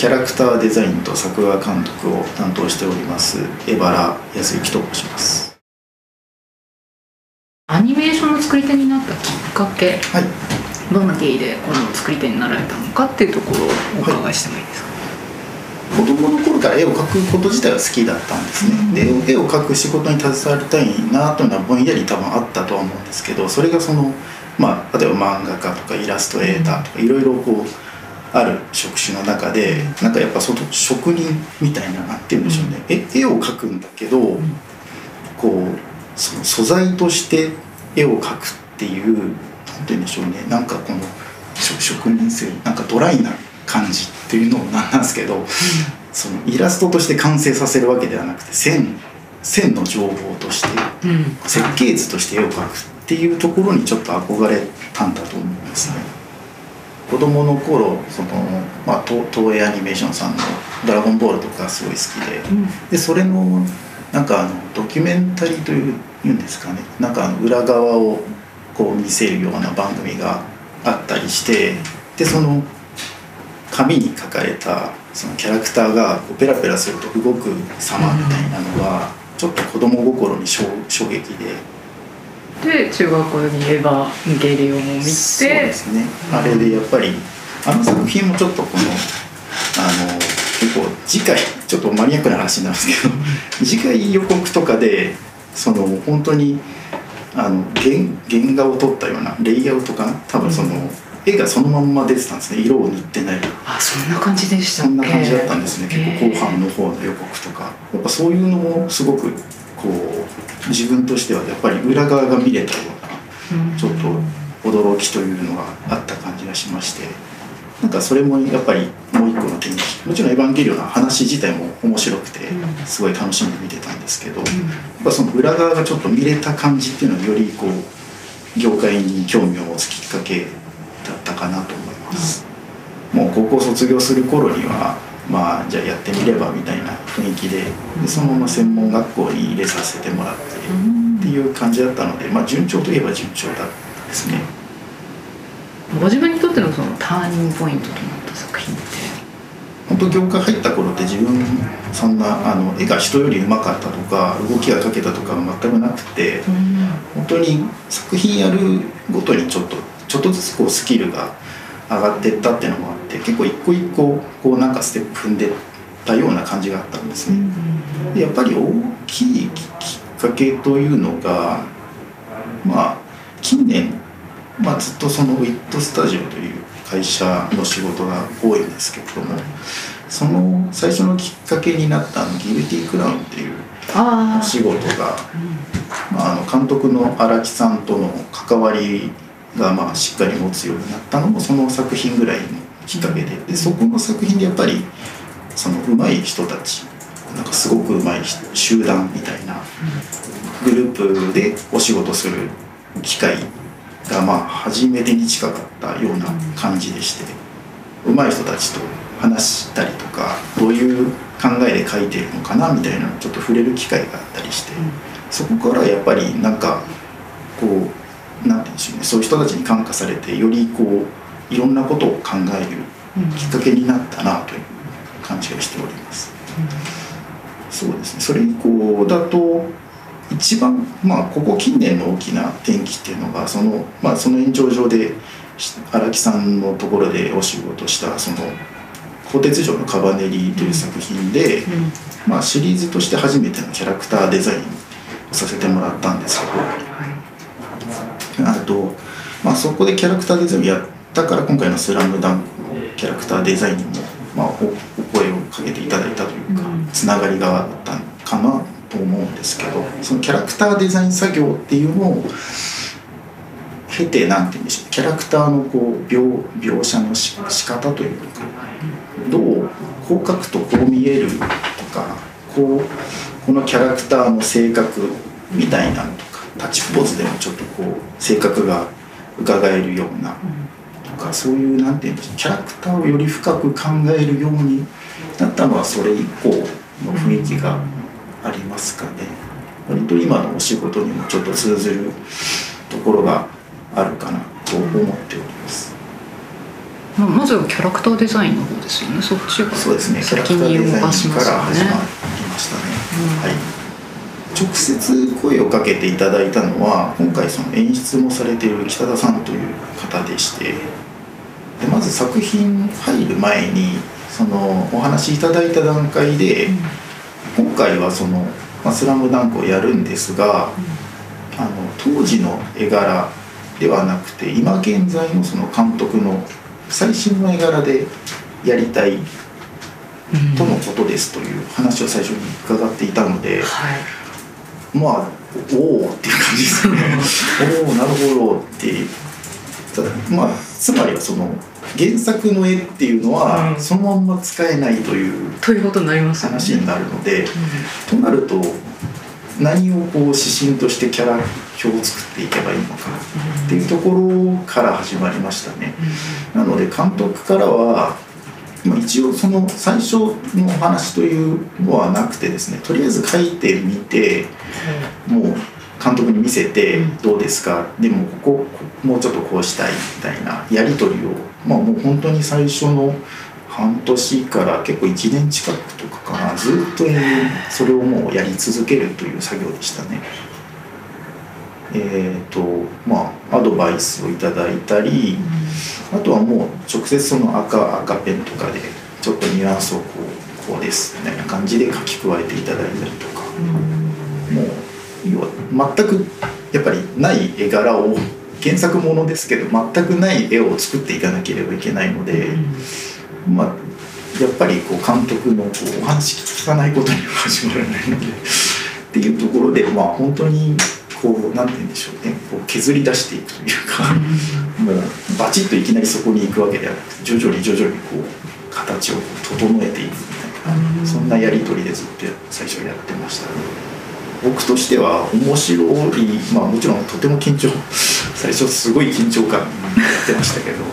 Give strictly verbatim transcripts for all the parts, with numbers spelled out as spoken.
キャラクターデザインと作画監督を担当しております江原康之と申します。 アニメーションの作り手になったきっかけ、 はい、 どんな経緯でこの作り手になられたのかっていうところをお伺いしてもいいですか。 はい、子供の頃から絵を描くこと自体は好きだったんですね。うん、で絵を描く仕事に携わりたいなというのはぼんやり多分あったとは思うんですけど、それがその、まあ、例えば漫画家とかイラストレーターとかいろいろこうある職種の中でなんかやっぱその職人みたいななんて言うんでしょうね、うん、絵を描くんだけど、うん、こうその素材として絵を描くっていうなんて言うんでしょうね、なんかこの職人性なんかドライな感じっていうのもなんなんですけど、うん、そのイラストとして完成させるわけではなくて線線の情報として、うん、設計図として絵を描くっていうところにちょっと憧れたんだと思いますね。子供の頃その、まあ、東映アニメーションさんの「ドラゴンボール」とかすごい好きで、うん、でそれのなんかあのドキュメンタリーというんですかね、なんかあの裏側をこう見せるような番組があったりして、でその紙に描かれたそのキャラクターがこうペラペラすると動く様みたいなのがちょっと子供心に衝撃で。 で中学校にエヴァンゲリオンを見て、そうですね、あれでやっぱりあの作品もちょっとこのあの結構次回ちょっとマニアックな話なんですけど次回予告とかでその本当にあの 原, 原画を撮ったようなレイアウトかな、多分その、うん、絵がそのまんま出てたんですね、色を塗ってない。 あ、そんな感じでしたっけ。 そんな感じだったんですね、結構後半の方の予告とかやっぱそういうのもすごくこう自分としてはやっぱり裏側が見れたような、うん、ちょっと驚きというのがあった感じがしまして、なんかそれもやっぱりもう一個の転機、もちろん「エヴァンゲリオン」の話自体も面白くてすごい楽しんで見てたんですけど、やっぱその裏側がちょっと見れた感じっていうのはよりこう業界に興味を持つきっかけだったかなと思います。もう高校卒業する頃にはまあじゃあやってみればみたいな雰囲気 で, でそのまま専門学校に入れさせてもらってっていう感じだったので、まあ順調といえば順調だったですね。 ご自分にとってのそのターニングポイントとなった作品って、 本当業界入った頃って自分そんなあの絵が人より上手かったとか動きが描けたとかは全くなくて、本当に作品やるごとにちょっとちょっとずつこうスキルが上がっていったっていうのもあって、結構一個一個こうなんかステップ踏んでったような感じがあったんですね。でやっぱり大きいきっかけというのが、まあ近年、まあ、ずっとそのウィットスタジオという会社の仕事が多いんですけれども、その最初のきっかけになったギルティクラウンっていうお仕事が、まあ、あの監督の荒木さんとの関わりがまあしっかり持つようになったのもその作品ぐらいのきっかけで、でそこの作品でやっぱりその上手い人たち、なんかすごく上手い集団みたいなグループでお仕事する機会がまあ初めてに近かったような感じでして、上手い人たちと話したりとかどういう考えで描いてるのかなみたいなのをちょっと触れる機会があったりして、そこからやっぱりなんかこうなんて言うんでしょうね、そういう人たちに感化されてよりこういろんなことを考えるきっかけになったなという感じがしております。そうですね、それ以降だと一番、まあ、ここ近年の大きな転機っていうのがその、まあ、その延長上で荒木さんのところでお仕事したその「鋼鉄城のカバネリ」という作品で、うん、まあ、シリーズとして初めてのキャラクターデザインをさせてもらったんですけど、あと、まあ、そこでキャラクターデザインやったから今回の「スラムダンクのキャラクターデザインにも、まあ、お, お声をかけていただいたというか、うん、つながりがあったかなと思うんですけど、そのキャラクターデザイン作業っていうのを経て、なんて言うんでしょう、キャラクターのこう 描, 描写のし仕方というか、どうこう描くとこう見えるとか、こうこのキャラクターの性格みたいなのとか、立ちポーズでもちょっとこう性格が伺えるようなとか、そういうなんて言うんでしょう、キャラクターをより深く考えるようになったのはそれ以降の雰囲気がありますかね。割と今のお仕事にもちょっと通ずるところがあるかなと思っております。 まあ、まずはキャラクターデザインの方ですよね。そっちがそうですね、キャラクターデザインから始まりましたね、うん、はい。直接声をかけていただいたのは今回その演出もされている北田さんという方でして、でまず作品入る前にそのお話しいただいた段階で、うん、今回はそのまあ、スラムダンクをやるんですが、うん、あの当時の絵柄ではなくて今現在のその監督の最新の絵柄でやりたいとのことですという話を最初に伺っていたので、うん、はい、まあおおっていう感じですねおおなるほどっていう、まあ、つまりはその原作の絵っていうのはそのまんま使えないという話になるので、となると何をこう指針としてキャラ表を作っていけばいいのかっていうところから始まりましたね。なので監督からは一応その最初のお話というのはなくてですね、とりあえず書いてみてもう監督に見せてどうですか、でもここもうちょっとこうしたいみたいなやり取りを、まあ、もう本当に最初の半年から結構いちねん近くとかかな、ずっとそれをもうやり続けるという作業でしたね。えーとまあ、アドバイスをいただいたり、あとはもう直接その赤赤ペンとかでちょっとニュアンスをこうこうですみたいな感じで書き加えていただいたりとか、もう要は全くやっぱりない絵柄を原作ものですけど全くない絵を作っていかなければいけないので、まあ、やっぱりこう監督のこうお話聞かないことには始まらないのでっていうところで、まあ、本当にこうなんて言うんでしょうね、こう削り出していくというかもうバチッといきなりそこに行くわけではなくて徐々に徐々にこう形を整えていくみたいな、そんなやり取りでずっと最初やってましたね。僕としては面白い、まあもちろんとても緊張最初すごい緊張感やってましたけど、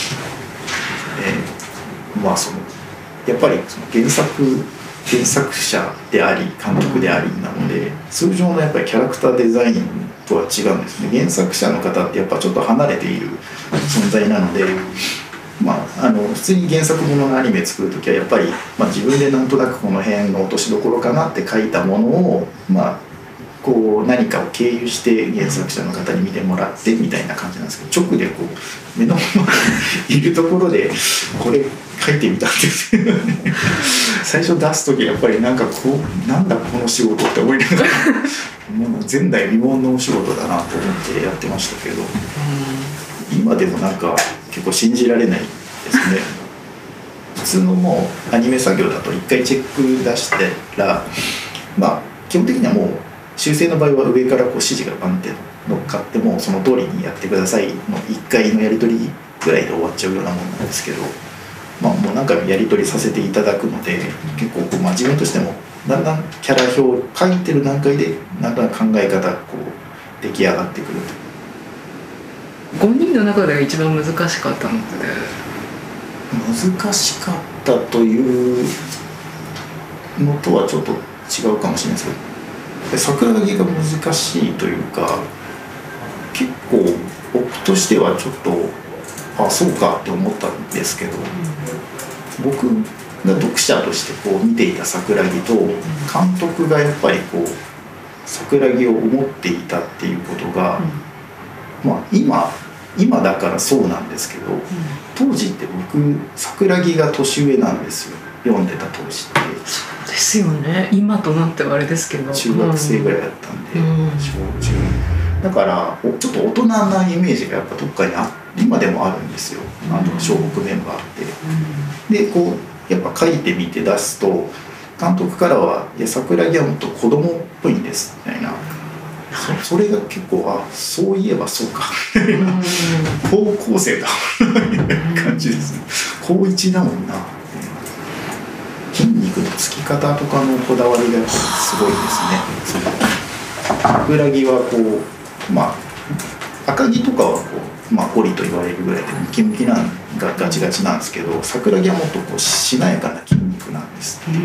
えー、まあそのやっぱりその原作原作者であり監督でありなので、通常のやっぱりキャラクターデザインとは違うんですね。原作者の方ってやっぱちょっと離れている存在なので、まあ、あの普通に原作もののアニメ作る時はやっぱり、まあ、自分でなんとなくこの辺の落としどころかなって書いたものを、まあ、こう何かを経由して原作者の方に見てもらってみたいな感じなんですけど、直でこう目の前にいるところでこれ書いてみたんですけどね最初出す時やっぱりなんかこうなんだこの仕事って思いながらもう前代未聞のお仕事だなと思ってやってましたけど、今でもなんか結構信じられないですね。普通のもうアニメ作業だと一回チェック出してら、まあ基本的にはもう修正の場合は上からこう指示がバンって乗っかってもその通りにやってくださいのいっかいのやり取りぐらいで終わっちゃうようなもんなんですけど、まあもう何回もやり取りさせていただくので、結構こう、まあ、自分としてもだんだんキャラ表を書いてる段階でなんとなく考え方がこう出来上がってくると。 ごにんの中では一番難しかったので、 難しかったというのとはちょっと違うかもしれないですけど、桜木が難しいというか、結構僕としてはちょっとあそうかって思ったんですけど、僕が読者としてこう見ていた桜木と監督がやっぱりこう桜木を思っていたっていうことが、まあ今今だからそうなんですけど、当時って僕桜木が年上なんですよ、読んでた当時って。 そうですよね、今となってはあれですけど中学生ぐらいだったんで、うん、小中だからちょっと大人なイメージがやっぱどっかにあ今でもあるんですよ、あの小北メンバーって、うん、でこうやっぱ書いてみて出すと監督からはいや桜木はもっと子供っぽいんですみたいな、そ, それが結構あそういえばそうか高校生だみたいな感じですね。高一だもんな、筋肉のつき方とかのこだわりがやっぱりすごいですね。桜木はこうまあ赤木とかはこう、まあ、ゴリと言われるぐらいでムキムキなんがガチガチなんですけど、桜木はもっとこうしなやかな筋肉なんですっていう、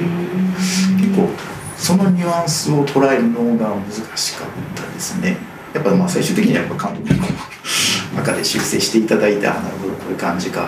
結構そのニュアンスを捉えるのが難しかったですね。やっぱまあ最終的にはやっぱ監督に赤で修正していただいて、あなるほどこういう感じか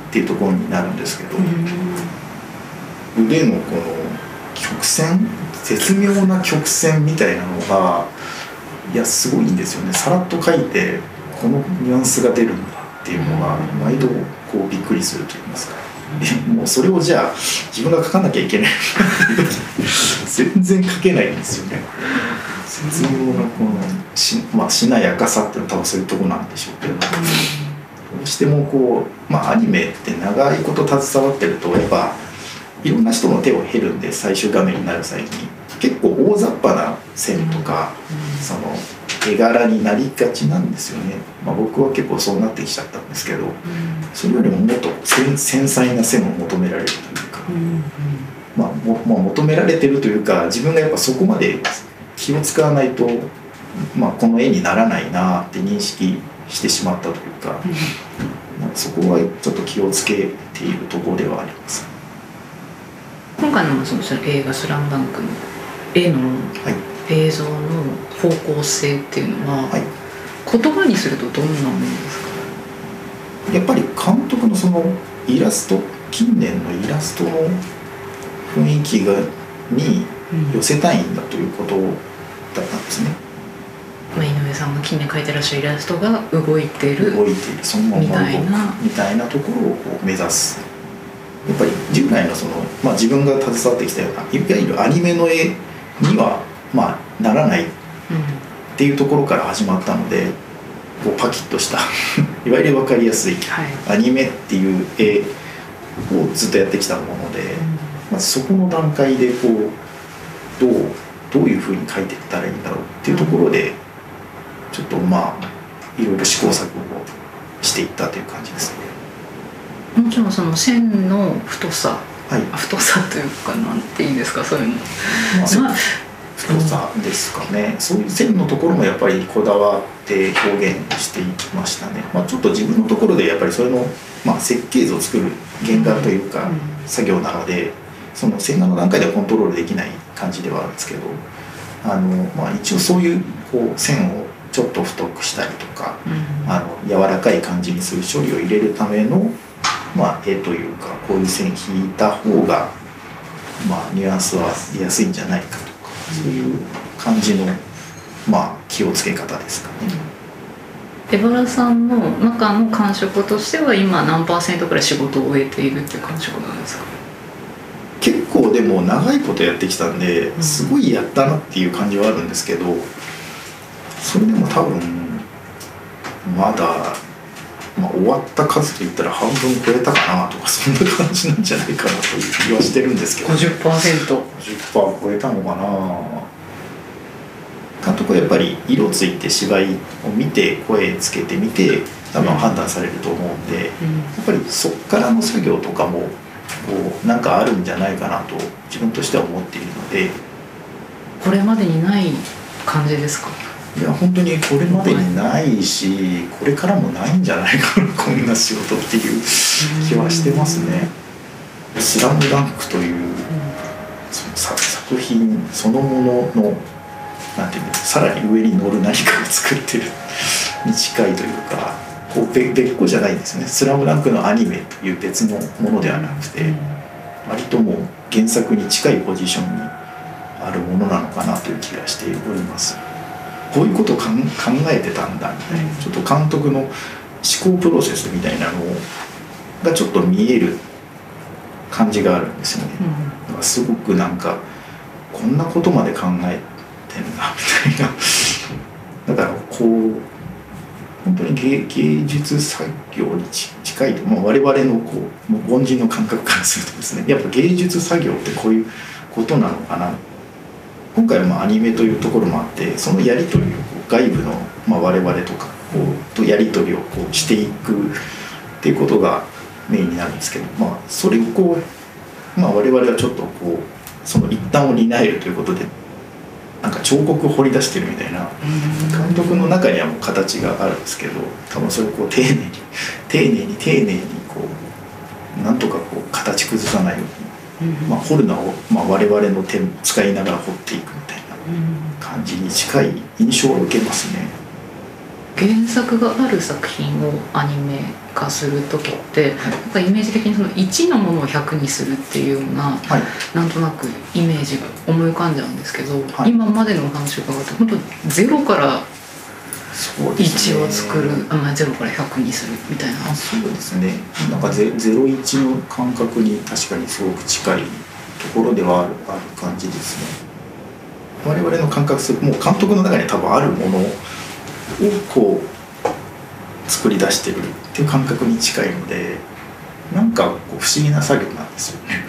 っていうところになるんですけど、腕のこの曲線、絶妙な曲線みたいなのがいやすごいんですよね。さらっと描いてこのニュアンスが出るんだっていうのが毎度こうびっくりすると言いますか、もうそれをじゃあ自分が描かなきゃいけない全然描けないんですよね。絶妙なこのし、まあ、しなやかさっていうのは多分そういうところなんでしょうけど、どうしてもこう、まあ、アニメって長いこと携わってるとやっぱいろんな人の手を経るんで、最終画面になる際に結構大雑把な線とか、その絵柄になりがちなんですよね。まあ、僕は結構そうなってきちゃったんですけど、それよりももっと繊細な線を求められるというか、まあ、もまあ求められてるというか、自分がやっぱそこまで気を使わないと、まあ、この絵にならないなって認識してしまったというか、まあ、そこはちょっと気をつけているところではあります。 今回のその映画「スラムダンクの絵の映像の方向性っていうのは、はい、言葉にするとどんなものですか？ やっぱり監督のそのイラスト、近年のイラストの雰囲気がに寄せたいんだということだったんですね。 まあ、井上さんが近年描いてらっしゃるイラストが動いてる動いているそのまま動くみたいな、みたいなところをこう目指す。やっぱり従来のその、まあ、自分が携わってきたようないわゆるアニメの絵には、まあ、ならないっていうところから始まったので、こうパキッとしたいわゆる分かりやすいアニメっていう絵をずっとやってきたもので、まあ、そこの段階でこうどうどういうふうに描いていったらいいんだろうっていうところでちょっとまあいろいろ試行錯誤をしていったという感じですね。 もちろんその線の太さ、 はい、 太さというかなんていいんですか、そういうの、 まあ、太さですかね、うん、そういう線のところもやっぱりこだわって表現していきましたね。まあ、ちょっと自分のところでやっぱりそれの、まあ、設計図を作る原画というか、うん、作業なのでその線画の段階ではコントロールできない感じではあるんですけど、あの、まあ、一応そういうこう線をちょっと太くしたりとか、うん、あの柔らかい感じにする処理を入れるためのまあ、絵というかこういう線引いた方が、まあ、ニュアンスは出やすいんじゃないかとか、そういう感じの、まあ、気をつけ方ですかね。 江原さんの中の感触としては今何パーセントくらい仕事を終えているっていう感触なんですか？ 結構でも長いことやってきたんですごいやったなっていう感じはあるんですけど、それでも多分まだ。まあ、終わった数といったら半分超えたかなとかそんな感じなんじゃないかなという気はしてるんですけど、 ごじゅっパーセントごじゅっパーセント 超えたのかな。監督はやっぱり色ついて芝居を見て声つけてみて多分判断されると思うんで、うん、やっぱりそっからの作業とかもこうなんかあるんじゃないかなと自分としては思っているので。 これまでにない感じですか？ いや本当にこれまでにないしこれからもないんじゃないかなこんな仕事っていう気はしてますね。スラムダンクというその作品そのもののなんていうのさらに上に乗る何かを作ってるに近いというかこう別個じゃないんですよね。スラムダンクのアニメという別のものではなくて割ともう原作に近いポジションにあるものなのかなという気がしております。こういうことを考えてたんだみたいな、ちょっと監督の思考プロセスみたいなのがちょっと見える感じがあるんですよね。だからすごくなんかこんなことまで考えてんだみたいな。だからこう本当に 芸, 芸術作業に近いと、まあ、我々のこう凡人の感覚からするとですね、やっぱ芸術作業ってこういうことなのかな。今回はまあアニメというところもあってそのやり取りをこう外部のまあ我々とかこうとやり取りをこうしていくっていうことがメインになるんですけど、まあ、それをこう、まあ、我々はちょっとこうその一端を担えるということでなんか彫刻を彫り出してるみたいな監督の中にはもう形があるんですけど多分それをこう丁寧に丁寧に丁寧にこうなんとかこう形崩さないように。まあ、彫るのを、まあ、我々の手を使いながら彫っていくみたいな感じに近い印象を受けますね。 原作がある作品をアニメ化する時って、なんかイメージ的にそのいちのものをひゃくにするっていうような、はい、なんとなくイメージが思い浮かんじゃうんですけど、はい、今までのお話を伺うと本当ゼロからいちを作る、あ、まあ、ゼロからひゃくにするみたいな。 そうですね、なんかゼロいちの感覚に確かにすごく近いところではある、ある感じですね。我々の感覚する、もう監督の中に多分あるものをこう作り出してるっていう感覚に近いので、なんかこう不思議な作業なんですよね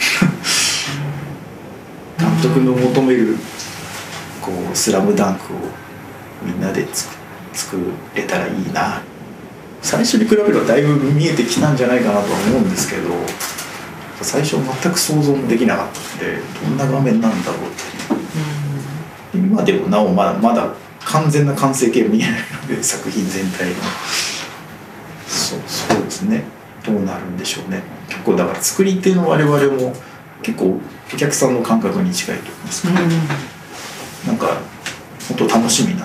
監督の求めるこうスラムダンクをみんなで作作れたらいいな。最初に比べればだいぶ見えてきたんじゃないかなとは思うんですけど、最初全く想像もできなかったので、どんな画面なんだろうっていう、今でもなおまだまだ完全な完成形見えないので、作品全体のそう、そうですね、どうなるんでしょうね。結構だから作り手の我々も結構お客さんの感覚に近いと思います、うん、なんか本当楽しみな